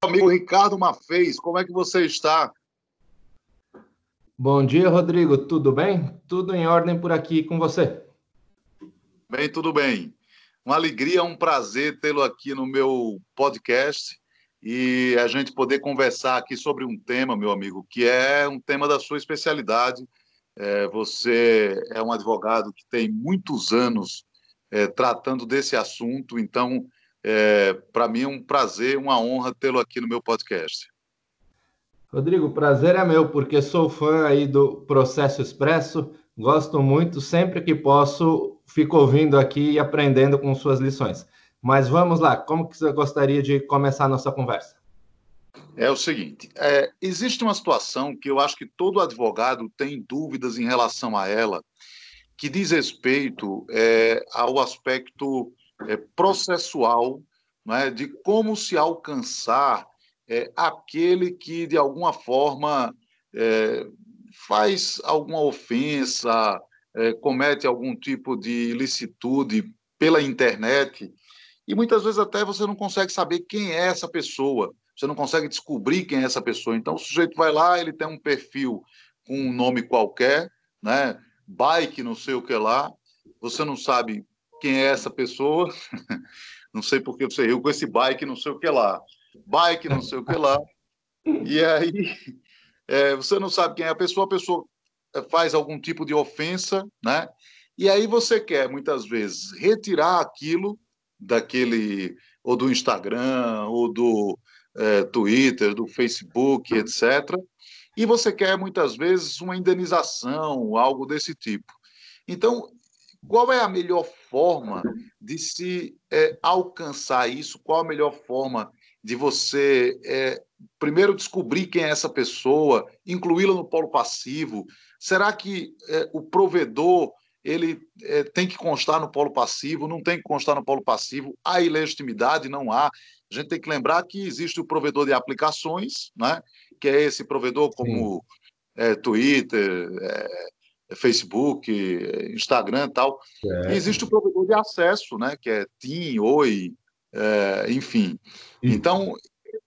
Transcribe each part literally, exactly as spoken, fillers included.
Amigo Ricardo Mafez, como é que você está? Bom dia, Rodrigo. Tudo bem? Tudo em ordem por aqui com você. Bem, tudo bem. Uma alegria, um prazer tê-lo aqui no meu podcast e a gente poder conversar aqui sobre um tema, meu amigo, que é um tema da sua especialidade. É, você é um advogado que tem muitos anos é, tratando desse assunto, então, é, para mim é um prazer, uma honra tê-lo aqui no meu podcast. Rodrigo, o prazer é meu, porque sou fã aí do Processo Expresso. Gosto muito, sempre que posso, fico ouvindo aqui e aprendendo com suas lições. Mas vamos lá, como que você gostaria de começar a nossa conversa? É o seguinte, é, existe uma situação que eu acho que todo advogado tem dúvidas em relação a ela, que diz respeito é, ao aspecto é, processual, né, de como se alcançar é, aquele que, de alguma forma, é, faz alguma ofensa, é, comete algum tipo de ilicitude pela internet, e muitas vezes até você não consegue saber quem é essa pessoa, você não consegue descobrir quem é essa pessoa. Então, o sujeito vai lá, ele tem um perfil com um nome qualquer, né? Bike, não sei o que lá, você não sabe quem é essa pessoa, não sei por que você riu com esse bike, não sei o que lá, bike, não sei o que lá, e aí é, você não sabe quem é a pessoa, a pessoa faz algum tipo de ofensa, né? E aí você quer, muitas vezes, retirar aquilo daquele, ou do Instagram, ou do é, Twitter, do Facebook, etcétera. E você quer, muitas vezes, uma indenização, algo desse tipo. Então, qual é a melhor forma de se é, alcançar isso? Qual a melhor forma de você, é, primeiro, descobrir quem é essa pessoa, incluí-la no polo passivo? Será que é, o provedor ele é, tem que constar no polo passivo? Não tem que constar no polo passivo? Há ilegitimidade? Não há. A gente tem que lembrar que existe o provedor de aplicações, né? Que é esse provedor Sim. como é, Twitter, é, Facebook, Instagram e tal. E existe o Certo. provedor de acesso, né, que é TIM, Oi, é, enfim. Isso. Então,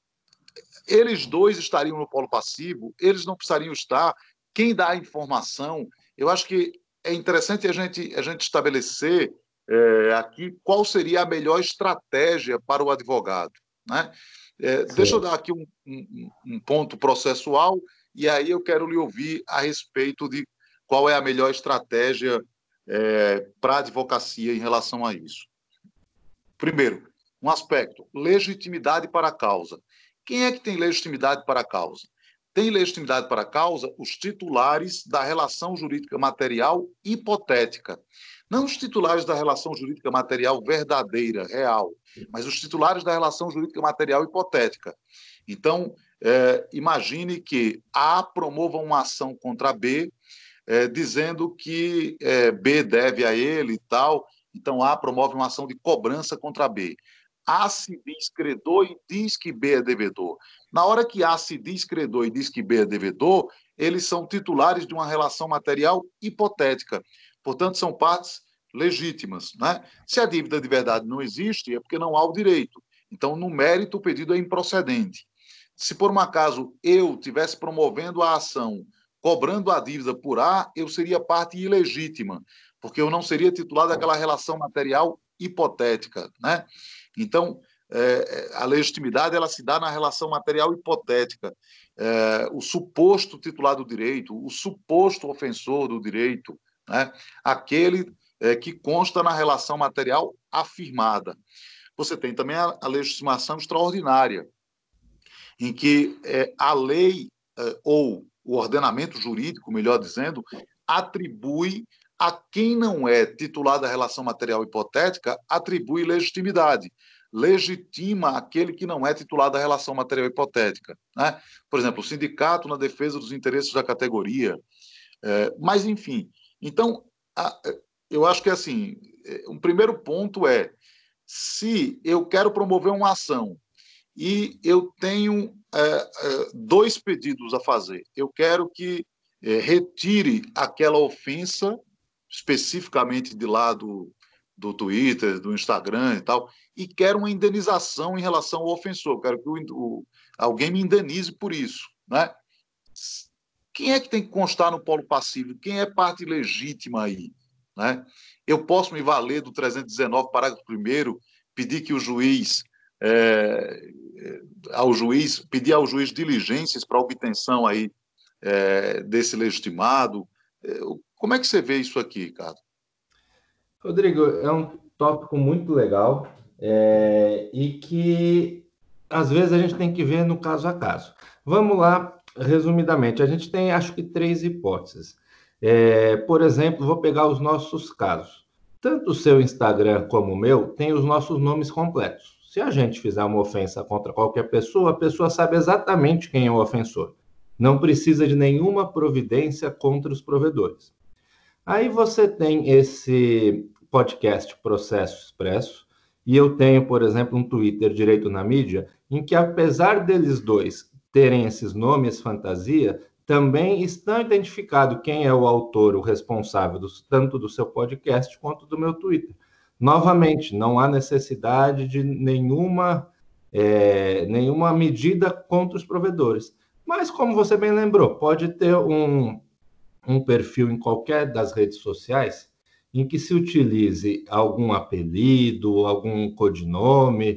eles dois estariam no polo passivo, eles não precisariam estar. Quem dá a informação, eu acho que é interessante a gente, a gente estabelecer é, aqui qual seria a melhor estratégia para o advogado. Né? É, deixa eu Certo. dar aqui um, um, um ponto processual e aí eu quero lhe ouvir a respeito de qual é a melhor estratégia é, para a advocacia em relação a isso. Primeiro, um aspecto, legitimidade para a causa. Quem é que tem legitimidade para a causa? Tem legitimidade para a causa os titulares da relação jurídica material hipotética. Não os titulares da relação jurídica material verdadeira, real, mas os titulares da relação jurídica material hipotética. Então, é, imagine que A promova uma ação contra B, é, dizendo que é, B deve a ele e tal. Então, A promove uma ação de cobrança contra B. A se diz credor e diz que B é devedor. Na hora que A se diz credor e diz que B é devedor, eles são titulares de uma relação material hipotética. Portanto, são partes legítimas. Né? Se a dívida de verdade não existe, é porque não há o direito. Então, no mérito, o pedido é improcedente. Se por um acaso eu tivesse promovendo a ação cobrando a dívida por A, eu seria parte ilegítima, porque eu não seria titular daquela relação material hipotética. Né? Então, é, a legitimidade ela se dá na relação material hipotética. É, o suposto titular do direito, o suposto ofensor do direito, né? Aquele é, que consta na relação material afirmada. Você tem também a, a legitimação extraordinária, em que é, a lei é, ou o ordenamento jurídico, melhor dizendo, atribui a quem não é titular da relação material hipotética, atribui legitimidade. Legitima aquele que não é titular da relação material hipotética. Né? Por exemplo, o sindicato na defesa dos interesses da categoria. É, mas, enfim, então, a, eu acho que assim, um primeiro ponto é, se eu quero promover uma ação e eu tenho é, é, dois pedidos a fazer. Eu quero que é, retire aquela ofensa, especificamente de lado do Twitter, do Instagram e tal, e quero uma indenização em relação ao ofensor, quero que o, o, alguém me indenize por isso, né? Quem é que tem que constar no polo passivo? Quem é parte legítima aí, né? Eu posso me valer do trezentos e dezenove, parágrafo primeiro, pedir que o juiz, é, ao juiz, pedir ao juiz diligências para obtenção aí, é, desse legitimado. Como é que você vê isso aqui, Ricardo? Rodrigo, é um tópico muito legal, é, e que às vezes a gente tem que ver no caso a caso. Vamos lá, resumidamente, a gente tem, acho que, três hipóteses. É, por exemplo, vou pegar os nossos casos. Tanto o seu Instagram como o meu tem os nossos nomes completos. Se a gente fizer uma ofensa contra qualquer pessoa, a pessoa sabe exatamente quem é o ofensor. Não precisa de nenhuma providência contra os provedores. Aí você tem esse podcast Processo Expresso, e eu tenho, por exemplo, um Twitter Direito na Mídia, em que, apesar deles dois terem esses nomes fantasia, também estão identificado quem é o autor, o responsável, do, tanto do seu podcast quanto do meu Twitter. Novamente, não há necessidade de nenhuma, é, nenhuma medida contra os provedores. Mas, como você bem lembrou, pode ter um, um perfil em qualquer das redes sociais em que se utilize algum apelido, algum codinome,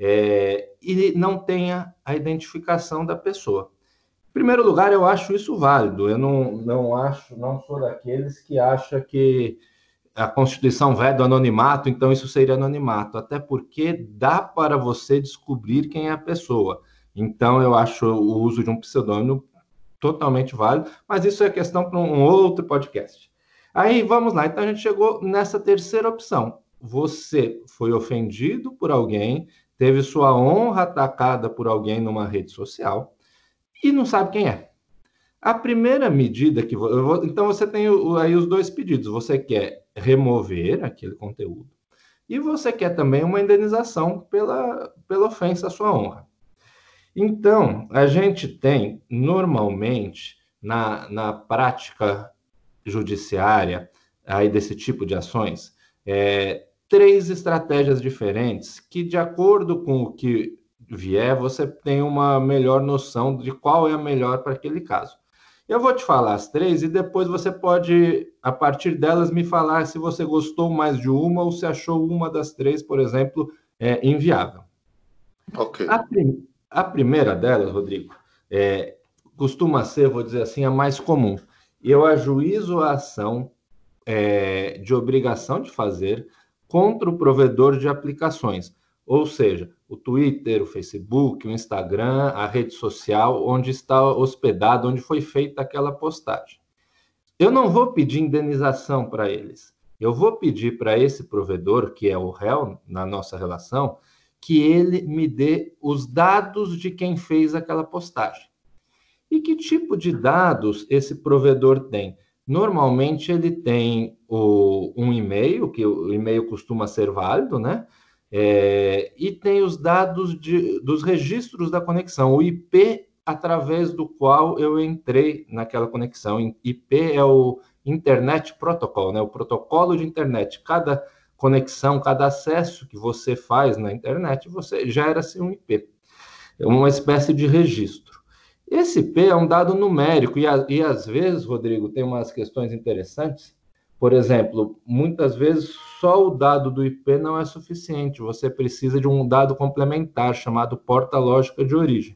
é, e não tenha a identificação da pessoa. Em primeiro lugar, eu acho isso válido. Eu não, não acho, não sou daqueles que acham que a Constituição veda o anonimato, então isso seria anonimato, até porque dá para você descobrir quem é a pessoa. Então, eu acho o uso de um pseudônimo totalmente válido, mas isso é questão para um outro podcast. Aí, vamos lá. Então, a gente chegou nessa terceira opção. Você foi ofendido por alguém, teve sua honra atacada por alguém numa rede social e não sabe quem é. A primeira medida que... Eu vou, então, você tem aí os dois pedidos. Você quer remover aquele conteúdo e você quer também uma indenização pela, pela ofensa à sua honra. Então, a gente tem, normalmente, na, na prática judiciária aí desse tipo de ações, é, três estratégias diferentes que, de acordo com o que vier, você tem uma melhor noção de qual é a melhor para aquele caso. Eu vou te falar as três e depois você pode, a partir delas, me falar se você gostou mais de uma ou se achou uma das três, por exemplo, é, inviável. Ok. A, prim a primeira delas, Rodrigo, é, costuma ser, vou dizer assim, a mais comum. Eu ajuizo a ação é, de obrigação de fazer contra o provedor de aplicações, ou seja, o Twitter, o Facebook, o Instagram, a rede social onde está hospedado, onde foi feita aquela postagem. Eu não vou pedir indenização para eles. Eu vou pedir para esse provedor, que é o réu na nossa relação, que ele me dê os dados de quem fez aquela postagem. E que tipo de dados esse provedor tem? Normalmente ele tem o, um e-mail, que o e-mail costuma ser válido, né? É, e tem os dados de, dos registros da conexão, o I P através do qual eu entrei naquela conexão. I P é o Internet Protocol, né? O protocolo de internet. Cada conexão, cada acesso que você faz na internet, você gera-se um I P. É uma espécie de registro. Esse I P é um dado numérico, e, a, e às vezes, Rodrigo, tem umas questões interessantes. Por exemplo, muitas vezes só o dado do I P não é suficiente, você precisa de um dado complementar, chamado porta lógica de origem.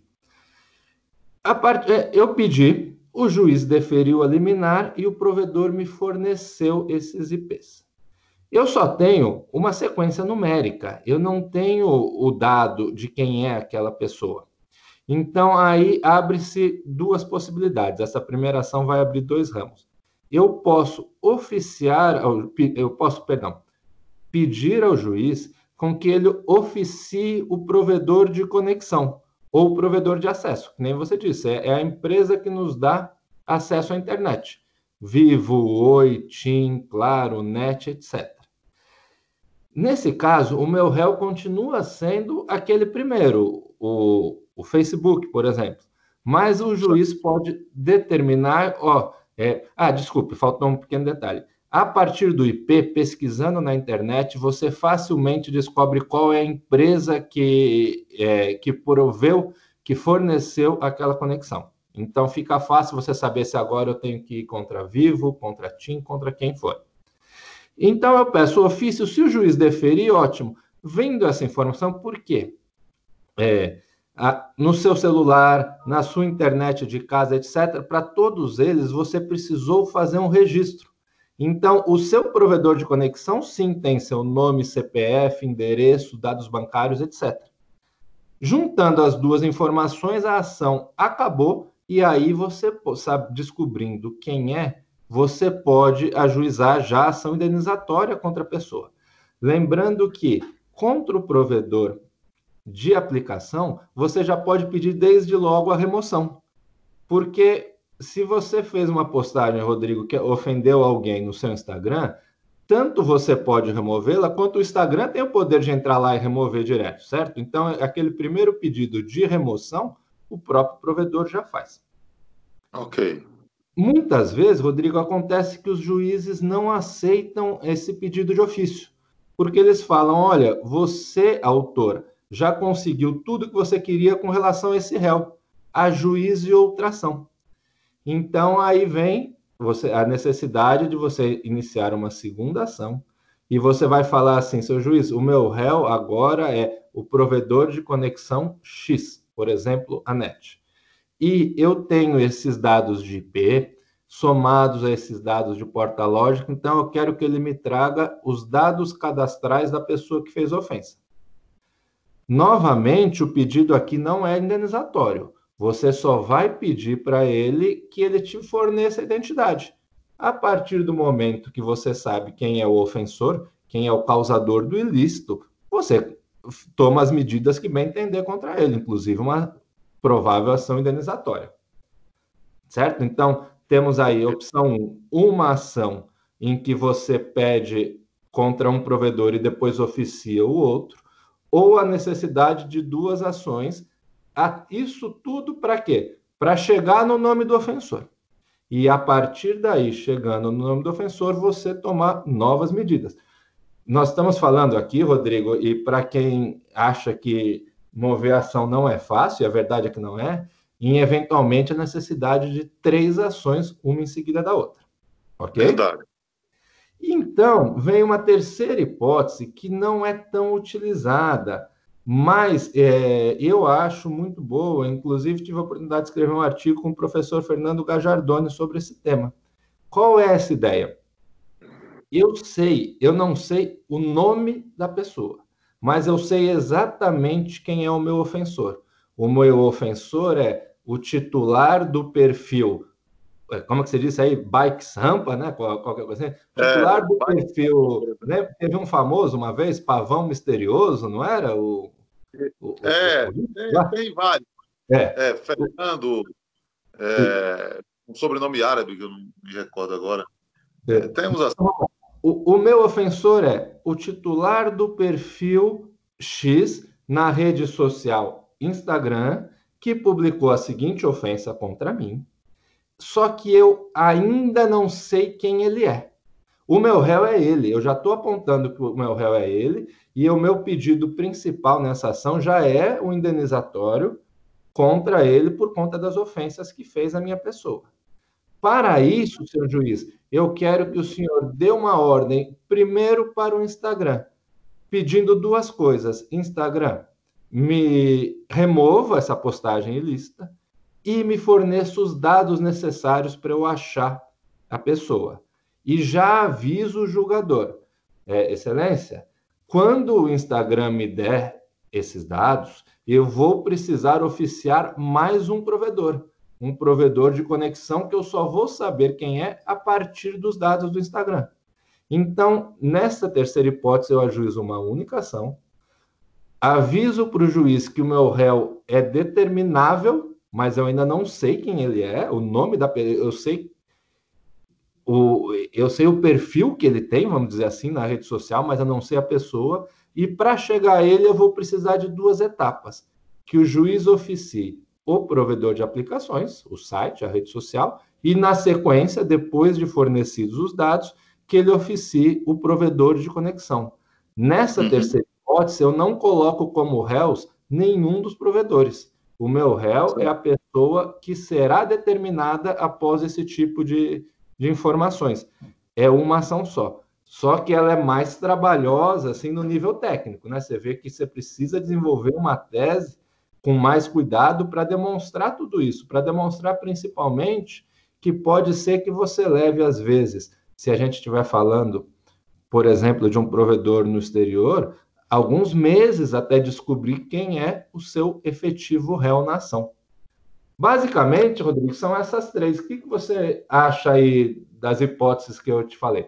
A part... Eu pedi, o juiz deferiu a liminar e o provedor me forneceu esses I Ps. Eu só tenho uma sequência numérica, eu não tenho o dado de quem é aquela pessoa. Então, aí abre-se duas possibilidades. Essa primeira ação vai abrir dois ramos. Eu posso oficiar, eu posso, perdão, pedir ao juiz com que ele oficie o provedor de conexão ou o provedor de acesso, que nem você disse, é a empresa que nos dá acesso à internet. Vivo, Oi, TIM, Claro, Net, etcétera. Nesse caso, o meu réu continua sendo aquele primeiro, o o Facebook, por exemplo. Mas o juiz pode determinar, ó, é, ah, desculpe, faltou um pequeno detalhe. A partir do I P, pesquisando na internet, você facilmente descobre qual é a empresa que, é, que proveu, que forneceu aquela conexão. Então, fica fácil você saber se agora eu tenho que ir contra Vivo, contra TIM, contra quem for. Então, eu peço o ofício, se o juiz deferir, ótimo. Vendo essa informação, por quê? É, a, no seu celular, na sua internet de casa, etcétera, para todos eles, você precisou fazer um registro. Então, o seu provedor de conexão, sim, tem seu nome, C P F, endereço, dados bancários, etcétera. Juntando as duas informações, a ação acabou, e aí você, sabe, descobrindo quem é, você pode ajuizar já a ação indenizatória contra a pessoa. Lembrando que, contra o provedor de aplicação, você já pode pedir desde logo a remoção. Porque se você fez uma postagem, Rodrigo, que ofendeu alguém no seu Instagram, tanto você pode removê-la, quanto o Instagram tem o poder de entrar lá e remover direto, certo? Então, aquele primeiro pedido de remoção, o próprio provedor já faz. Ok. Muitas vezes, Rodrigo, acontece que os juízes não aceitam esse pedido de ofício, porque eles falam, olha, você, autor, já conseguiu tudo que você queria com relação a esse réu, ajuíze e outra ação. Então, aí vem você, a necessidade de você iniciar uma segunda ação, e você vai falar assim, seu juiz, o meu réu agora é o provedor de conexão X, por exemplo, a NET. E eu tenho esses dados de I P, somados a esses dados de porta lógica, então eu quero que ele me traga os dados cadastrais da pessoa que fez a ofensa. Novamente, o pedido aqui não é indenizatório. Você só vai pedir para ele que ele te forneça a identidade. A partir do momento que você sabe quem é o ofensor, quem é o causador do ilícito, você toma as medidas que bem entender contra ele, inclusive uma provável ação indenizatória. Certo? Então, temos aí opção um, uma ação em que você pede contra um provedor e depois oficia o outro, ou a necessidade de duas ações. Isso tudo para quê? Para chegar no nome do ofensor. E a partir daí, chegando no nome do ofensor, você tomar novas medidas. Nós estamos falando aqui, Rodrigo, e para quem acha que mover ação não é fácil, e a verdade é que não é, em eventualmente a necessidade de três ações, uma em seguida da outra. Ok? Verdade. Então, vem uma terceira hipótese que não é tão utilizada, mas é, eu acho muito boa. Inclusive, tive a oportunidade de escrever um artigo com o professor Fernando Gajardoni sobre esse tema. Qual é essa ideia? Eu sei, eu não sei o nome da pessoa, mas eu sei exatamente quem é o meu ofensor. O meu ofensor é o titular do perfil, como que você disse aí, Bikes Rampa, né? Qualquer coisa assim. Titular é, do perfil, né? Teve um famoso uma vez, Pavão Misterioso, não era? O, o, é, o... Tem, tem vários. É. É, Fernando, é, um sobrenome árabe que eu não me recordo agora. É, temos assim. O, o meu ofensor é o titular do perfil X na rede social Instagram, que publicou a seguinte ofensa contra mim, só que eu ainda não sei quem ele é. O meu réu é ele, eu já estou apontando que o meu réu é ele, e o meu pedido principal nessa ação já é o indenizatório contra ele por conta das ofensas que fez a minha pessoa. Para isso, senhor juiz, eu quero que o senhor dê uma ordem, primeiro para o Instagram, pedindo duas coisas. Instagram, me remova essa postagem ilícita e me forneça os dados necessários para eu achar a pessoa. E já aviso o julgador, é, excelência, quando o Instagram me der esses dados, eu vou precisar oficiar mais um provedor, um provedor de conexão que eu só vou saber quem é a partir dos dados do Instagram. Então, nessa terceira hipótese, eu ajuizo uma única ação, aviso para o juiz que o meu réu é determinável, mas eu ainda não sei quem ele é, o nome da eu sei o eu sei o perfil que ele tem, vamos dizer assim, na rede social, mas eu não sei a pessoa, e para chegar a ele eu vou precisar de duas etapas, que o juiz oficie o provedor de aplicações, o site, a rede social, e na sequência, depois de fornecidos os dados, que ele oficie o provedor de conexão. Nessa uhum. terceira hipótese, eu não coloco como réus nenhum dos provedores. O meu réu Sim. é a pessoa que será determinada após esse tipo de, de informações. É uma ação só. Só que ela é mais trabalhosa, assim, no nível técnico, né? Você vê que você precisa desenvolver uma tese com mais cuidado para demonstrar tudo isso, para demonstrar principalmente que pode ser que você leve, às vezes, se a gente estiver falando, por exemplo, de um provedor no exterior, alguns meses até descobrir quem é o seu efetivo réu na ação. Basicamente, Rodrigo, são essas três. O que você acha aí das hipóteses que eu te falei?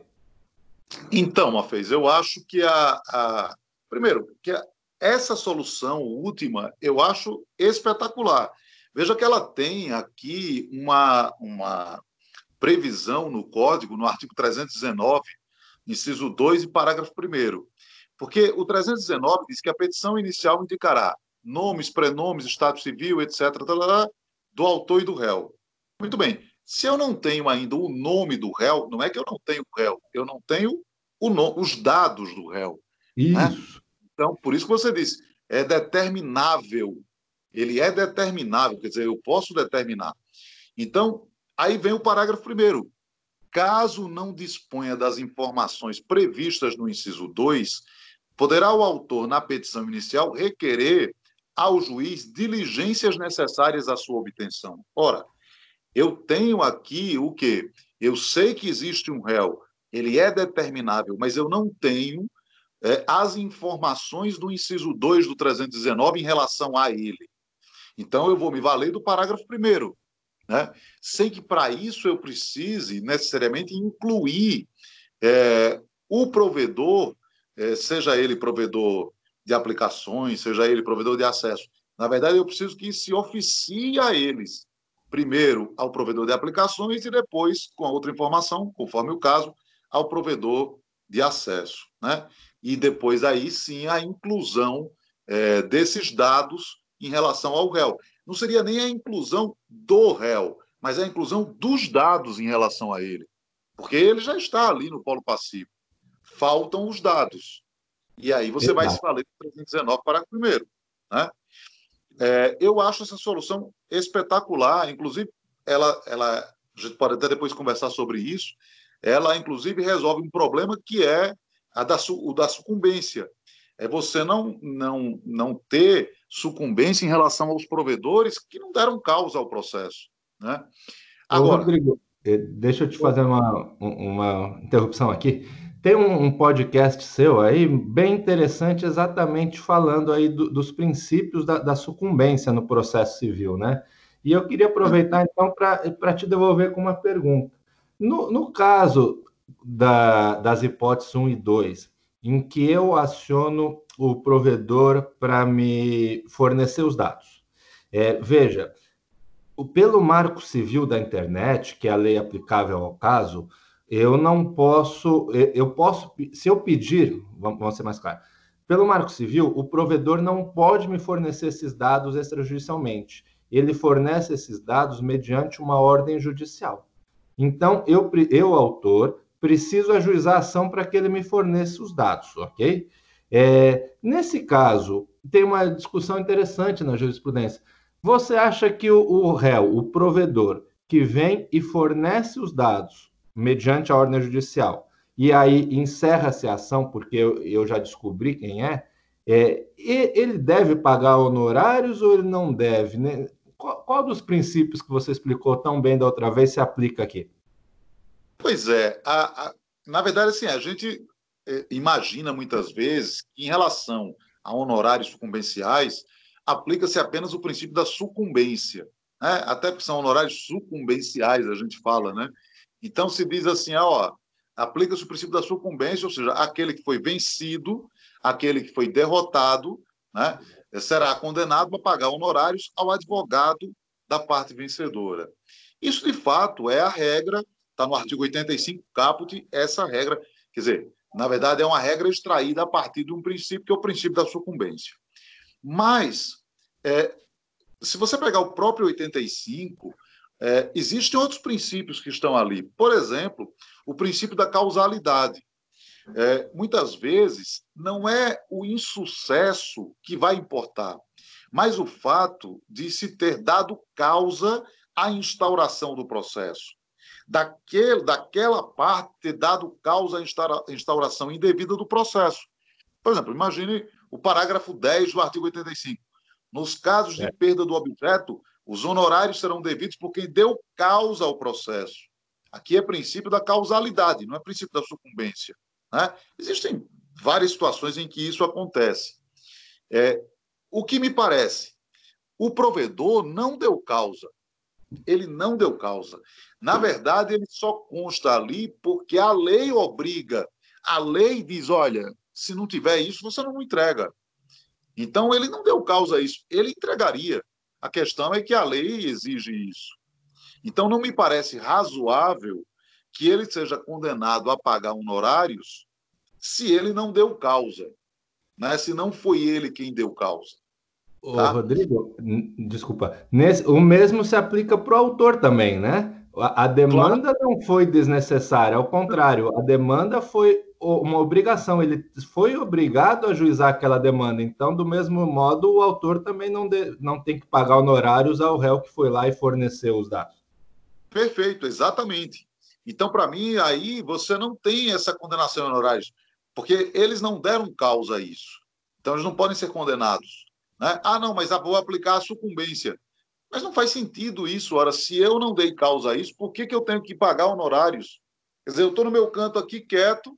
Então, Mafez, eu acho que a, a... primeiro, que a... essa solução última eu acho espetacular. Veja que ela tem aqui uma, uma previsão no código, no artigo trezentos e dezenove, inciso dois e parágrafo primeiro. Porque o trezentos e dezenove diz que a petição inicial indicará nomes, prenomes, estado civil, etcétera, do autor e do réu. Muito bem. Se eu não tenho ainda o nome do réu, não é que eu não tenho o réu, eu não tenho o no... os dados do réu. Isso. Né? Então, por isso que você disse, é determinável. Ele é determinável, quer dizer, eu posso determinar. Então, aí vem o parágrafo primeiro. Caso não disponha das informações previstas no inciso dois, poderá o autor, na petição inicial, requerer ao juiz diligências necessárias à sua obtenção. Ora, eu tenho aqui o quê? Eu sei que existe um réu, ele é determinável, mas eu não tenho é, as informações do inciso dois do trezentos e dezenove em relação a ele. Então, eu vou me valer do parágrafo primeiro. Né? Sem que, para isso, eu precise necessariamente incluir é, o provedor, é, seja ele provedor de aplicações, seja ele provedor de acesso. Na verdade, eu preciso que se oficie a eles, primeiro ao provedor de aplicações e depois, com a outra informação, conforme o caso, ao provedor de acesso. Né? E depois, aí sim, a inclusão é, desses dados em relação ao réu. Não seria nem a inclusão do réu, mas a inclusão dos dados em relação a ele. Porque ele já está ali no polo passivo. Faltam os dados. E aí você Exato. Vai se valer do trezentos e dezenove, parágrafo primeiro. Né? É, eu acho essa solução espetacular. Inclusive, ela, ela, a gente pode até depois conversar sobre isso, ela, inclusive, resolve um problema que é a da, o da sucumbência. É você não, não, não ter sucumbência em relação aos provedores que não deram causa ao processo. Né? Agora, Ô, Rodrigo, deixa eu te fazer uma, uma interrupção aqui. Tem um, um podcast seu aí, bem interessante, exatamente falando aí do, dos princípios da, da sucumbência no processo civil, né? E eu queria aproveitar, então, para te devolver com uma pergunta. No, no caso da, das hipóteses um e dois, em que eu aciono o provedor para me fornecer os dados. É, veja, pelo Marco Civil da Internet, que é a lei aplicável ao caso, eu não posso, eu posso, se eu pedir, vamos ser mais claro, pelo Marco Civil, o provedor não pode me fornecer esses dados extrajudicialmente. Ele fornece esses dados mediante uma ordem judicial. Então, eu, eu autor, preciso ajuizar a ação para que ele me forneça os dados, ok? É, nesse caso, tem uma discussão interessante na jurisprudência. Você acha que o, o réu, o provedor, que vem e fornece os dados mediante a ordem judicial, e aí encerra-se a ação, porque eu, eu já descobri quem é, é, ele deve pagar honorários ou ele não deve? Né? Qual, qual dos princípios que você explicou tão bem da outra vez se aplica aqui? Pois é, a, a, na verdade, assim, a gente é, imagina muitas vezes que em relação a honorários sucumbenciais, aplica-se apenas o princípio da sucumbência, né? Até porque são honorários sucumbenciais, a gente fala, né? Então, se diz assim, ó, aplica-se o princípio da sucumbência, ou seja, aquele que foi vencido, aquele que foi derrotado, né, será condenado a pagar honorários ao advogado da parte vencedora. Isso, de fato, é a regra, está no artigo oitenta e cinco, caput, essa regra, quer dizer, na verdade, é uma regra extraída a partir de um princípio, que é o princípio da sucumbência. Mas, é, se você pegar o próprio oitenta e cinco, É, existem outros princípios que estão ali. Por exemplo, o princípio da causalidade. É, muitas vezes, não é o insucesso que vai importar, mas o fato de se ter dado causa à instauração do processo. Daquele, daquela parte ter dado causa à instauração indevida do processo. Por exemplo, imagine o parágrafo dez do artigo oitenta e cinco. Nos casos de perda do objeto, os honorários serão devidos por quem deu causa ao processo. Aqui é princípio da causalidade, não é princípio da sucumbência. Né? Existem várias situações em que isso acontece. É, o que me parece, o provedor não deu causa. Ele não deu causa. Na verdade, ele só consta ali porque a lei obriga. A lei diz, olha, se não tiver isso, você não entrega. Então, ele não deu causa a isso. Ele entregaria. A questão é que a lei exige isso. Então, não me parece razoável que ele seja condenado a pagar honorários se ele não deu causa, né? Se não foi ele quem deu causa. Ô, tá? Rodrigo, desculpa, nesse, o mesmo se aplica para o autor também, né? A, a demanda claro. Não foi desnecessária, ao contrário, a demanda foi uma obrigação, ele foi obrigado a ajuizar aquela demanda, então, do mesmo modo, o autor também não, de, não tem que pagar honorários ao réu que foi lá e forneceu os dados. Perfeito, exatamente. Então, para mim, aí você não tem essa condenação em honorários, porque eles não deram causa a isso. Então, eles não podem ser condenados. Né? Ah, não, mas vou aplicar a sucumbência. Mas não faz sentido isso. Ora, se eu não dei causa a isso, por que, que eu tenho que pagar honorários? Quer dizer, eu estou no meu canto aqui quieto,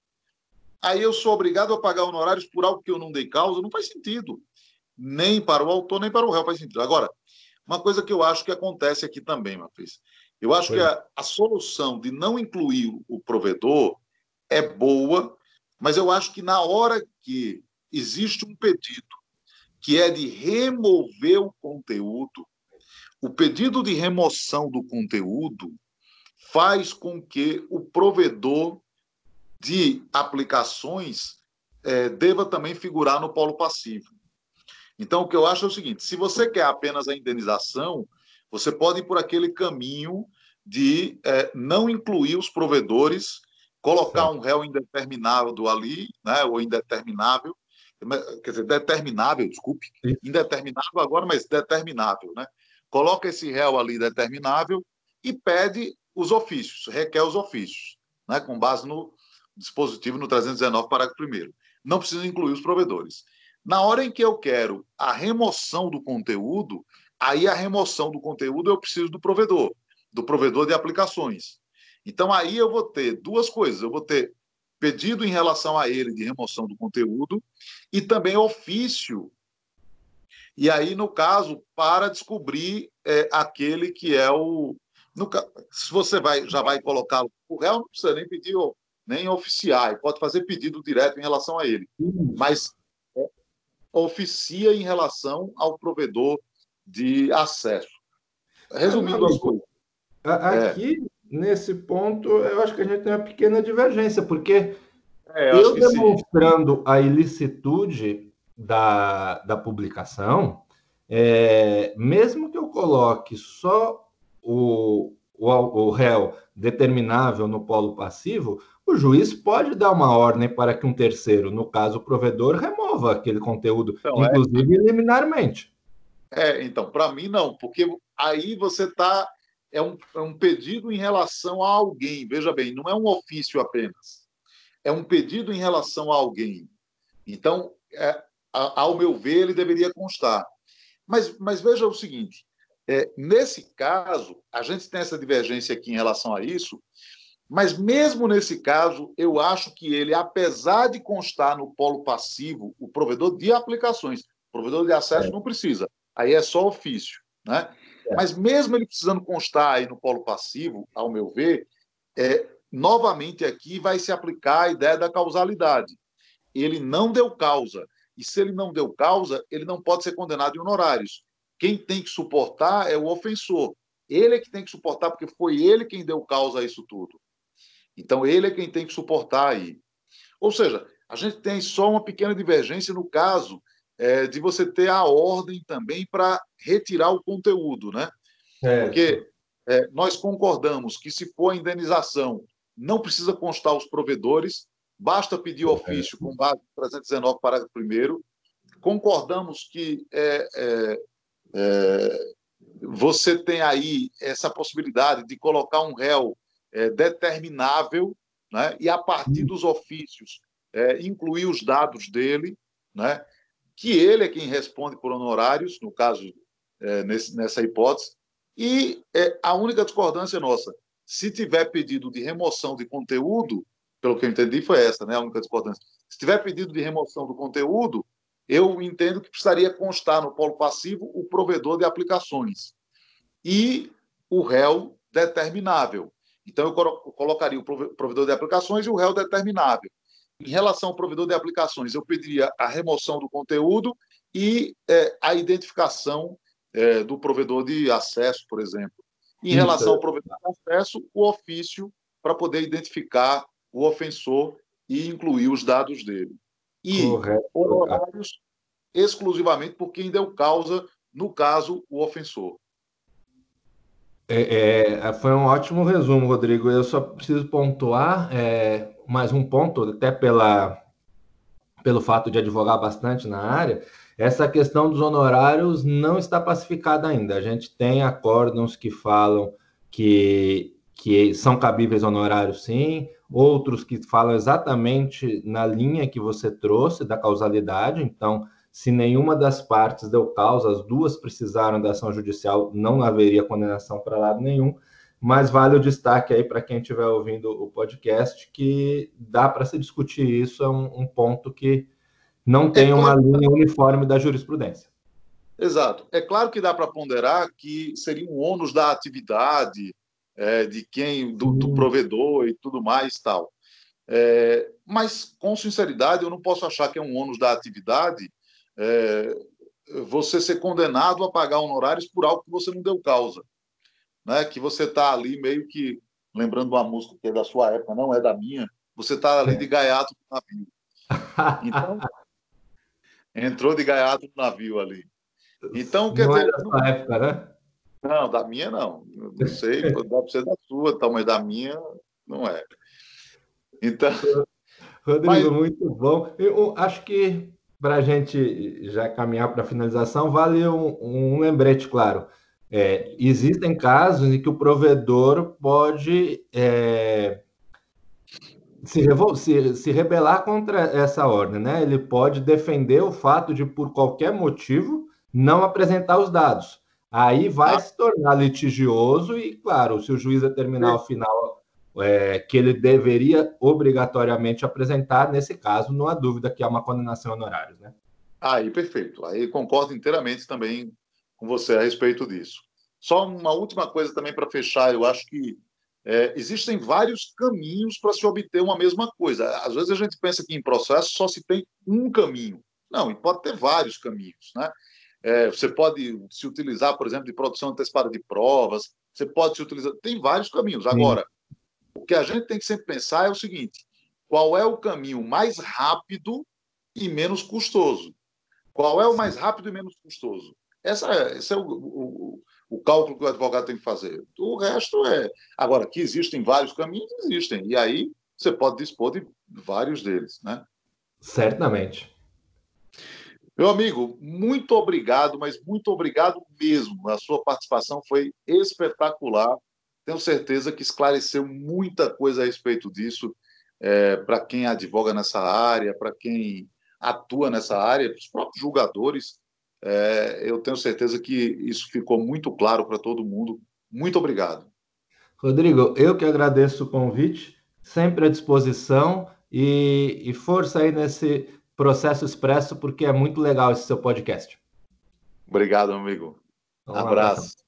aí eu sou obrigado a pagar honorários por algo que eu não dei causa? Não faz sentido. Nem para o autor, nem para o réu faz sentido. Agora, uma coisa que eu acho que acontece aqui também, Matheus, eu acho Foi. que a, a solução de não incluir o provedor é boa, mas eu acho que na hora que existe um pedido que é de remover o conteúdo, o pedido de remoção do conteúdo faz com que o provedor de aplicações é, deva também figurar no polo passivo. Então, o que eu acho é o seguinte, se você quer apenas a indenização, você pode ir por aquele caminho de é, não incluir os provedores, colocar certo. um réu indeterminado ali, né, ou indeterminável, quer dizer, determinável, desculpe, Sim. indeterminável agora, mas determinável, né? Coloca esse réu ali determinável e pede os ofícios, requer os ofícios, né? Com base no dispositivo no trezentos e dezenove, parágrafo primeiro. Não precisa incluir os provedores. Na hora em que eu quero a remoção do conteúdo, aí a remoção do conteúdo eu preciso do provedor, do provedor de aplicações. Então, aí eu vou ter duas coisas. Eu vou ter pedido em relação a ele de remoção do conteúdo e também ofício. E aí, no caso, para descobrir é, aquele que é o... No, se você vai, já vai colocá-lo, o réu não precisa nem pedir, nem oficiar, pode fazer pedido direto em relação a ele. Mas é, oficia em relação ao provedor de acesso. Resumindo as coisas. Aqui, é. nesse ponto, eu acho que a gente tem uma pequena divergência, porque é, eu, eu demonstrando sim. a ilicitude da, da publicação, é, mesmo que eu coloque só o, o, o réu determinável no polo passivo, o juiz pode dar uma ordem para que um terceiro, no caso o provedor, remova aquele conteúdo, então, inclusive é... liminarmente. É, então, para mim não, porque aí você está... É um, é um pedido em relação a alguém, veja bem, não é um ofício apenas. É um pedido em relação a alguém. Então, é, a, ao meu ver, ele deveria constar. Mas, mas veja o seguinte, é, nesse caso, a gente tem essa divergência aqui em relação a isso, mas mesmo nesse caso, eu acho que ele, apesar de constar no polo passivo, o provedor de aplicações, o provedor de acesso é. não precisa, aí é só ofício, né? É. Mas mesmo ele precisando constar aí no polo passivo, ao meu ver, é, novamente aqui vai se aplicar a ideia da causalidade. Ele não deu causa. E se ele não deu causa, ele não pode ser condenado em honorários. Quem tem que suportar é o ofensor. Ele é que tem que suportar, porque foi ele quem deu causa a isso tudo. Então, ele é quem tem que suportar aí. Ou seja, a gente tem só uma pequena divergência no caso é, de você ter a ordem também para retirar o conteúdo, né? É. Porque é, nós concordamos que, se for a indenização, não precisa constar os provedores, basta pedir ofício com base no trezentos e dezenove, parágrafo primeiro. Concordamos que é, é, é, você tem aí essa possibilidade de colocar um réu é, determinável, né, e, a partir dos ofícios, é, incluir os dados dele, né, que ele é quem responde por honorários, no caso, é, nesse, nessa hipótese. E é, a única discordância nossa, se tiver pedido de remoção de conteúdo, pelo que eu entendi foi essa, né, a única discordância. Se tiver pedido de remoção do conteúdo, eu entendo que precisaria constar no polo passivo o provedor de aplicações e o réu determinável. Então, eu colocaria o provedor de aplicações e o réu determinável. Em relação ao provedor de aplicações, eu pediria a remoção do conteúdo e é, a identificação é, do provedor de acesso, por exemplo. Em Isso. relação ao provedor de acesso, o ofício para poder identificar o ofensor e incluir os dados dele. E Correto. honorários exclusivamente por quem deu causa, no caso, o ofensor. É, é, foi um ótimo resumo, Rodrigo. Eu só preciso pontuar é, mais um ponto, até pela, pelo fato de advogar bastante na área. Essa questão dos honorários não está pacificada ainda. A gente tem acórdãos que falam que, que são cabíveis honorários, sim, outros que falam exatamente na linha que você trouxe da causalidade. Então, se nenhuma das partes deu causa, as duas precisaram da ação judicial, não haveria condenação para lado nenhum, mas vale o destaque aí para quem estiver ouvindo o podcast, que dá para se discutir isso, é um, um ponto que não tem é claro, uma linha uniforme da jurisprudência. Exato. É claro que dá para ponderar que seria um ônus da atividade, é, de quem, do, do provedor e tudo mais tal. É, mas, com sinceridade, eu não posso achar que é um ônus da atividade É, você ser condenado a pagar honorários por algo que você não deu causa, né? Que você está ali meio que, lembrando uma música que é da sua época, não é da minha, você está ali de gaiato no navio. Então, entrou de gaiato no navio ali. Então, quer não dizer... é da sua não, época, né? Não, da minha não. Não sei, pode ser da sua, tal, mas da minha não é. Então... Rodrigo, mas... muito bom. Eu acho que para a gente já caminhar para a finalização, vale um, um lembrete, claro. É, existem casos em que o provedor pode é, se, se, se rebelar contra essa ordem, né? Ele pode defender o fato de, por qualquer motivo, não apresentar os dados. Aí vai ah. se tornar litigioso e, claro, se o juiz determinar ao final é, que ele deveria obrigatoriamente apresentar, nesse caso, não há dúvida que há uma condenação em honorários, né? Aí, perfeito. Aí concordo inteiramente também com você a respeito disso. Só uma última coisa também para fechar, eu acho que é, existem vários caminhos para se obter uma mesma coisa. Às vezes a gente pensa que em processo só se tem um caminho. Não, e pode ter vários caminhos, né? É, você pode se utilizar, por exemplo, de produção antecipada de provas, você pode se utilizar... Tem vários caminhos. Agora, Sim. o que a gente tem que sempre pensar é o seguinte: qual é o caminho mais rápido e menos custoso? Qual é o mais rápido e menos custoso? Essa é, esse é o, o, o cálculo que o advogado tem que fazer. O resto é... Agora, que existem vários caminhos, existem. E aí você pode dispor de vários deles, né? Certamente. Meu amigo, muito obrigado, mas muito obrigado mesmo. A sua participação foi espetacular. Tenho certeza que esclareceu muita coisa a respeito disso, é, para quem advoga nessa área, para quem atua nessa área, para os próprios julgadores. É, eu tenho certeza que isso ficou muito claro para todo mundo. Muito obrigado. Rodrigo, eu que agradeço o convite, sempre à disposição, e, e força aí nesse processo expresso, porque é muito legal esse seu podcast. Obrigado, amigo. Um abraço.